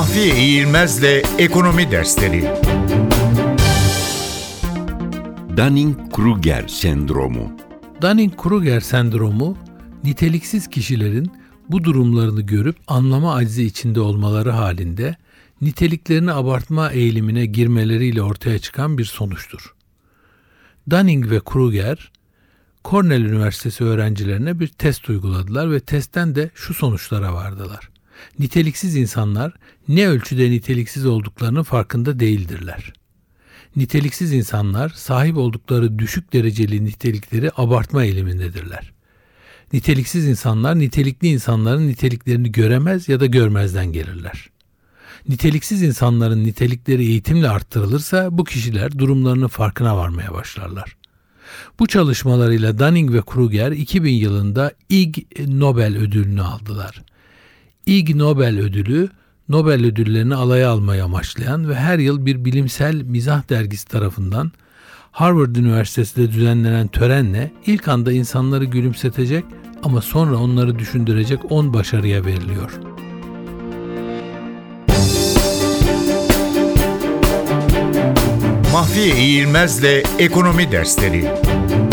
Mahfiye İğilmez'le Ekonomi Dersleri. Dunning-Kruger sendromu. Dunning-Kruger sendromu, niteliksiz kişilerin bu durumlarını görüp anlama acizi içinde olmaları halinde niteliklerini abartma eğilimine girmeleriyle ortaya çıkan bir sonuçtur. Dunning ve Kruger, Cornell Üniversitesi öğrencilerine bir test uyguladılar ve testten de şu sonuçlara vardılar. Niteliksiz insanlar ne ölçüde niteliksiz olduklarının farkında değildirler. Niteliksiz insanlar sahip oldukları düşük dereceli nitelikleri abartma eğilimindedirler. Niteliksiz insanlar nitelikli insanların niteliklerini göremez ya da görmezden gelirler. Niteliksiz insanların nitelikleri eğitimle arttırılırsa bu kişiler durumlarının farkına varmaya başlarlar. Bu çalışmalarıyla Dunning ve Kruger 2000 yılında Ig Nobel ödülünü aldılar. Ig Nobel ödülü, Nobel ödüllerini alaya almayı amaçlayan ve her yıl bir bilimsel mizah dergisi tarafından Harvard Üniversitesi'nde düzenlenen törenle ilk anda insanları gülümsetecek ama sonra onları düşündürecek 10 başarıya veriliyor. Mahfiye İğilmez'le Ekonomi Dersleri.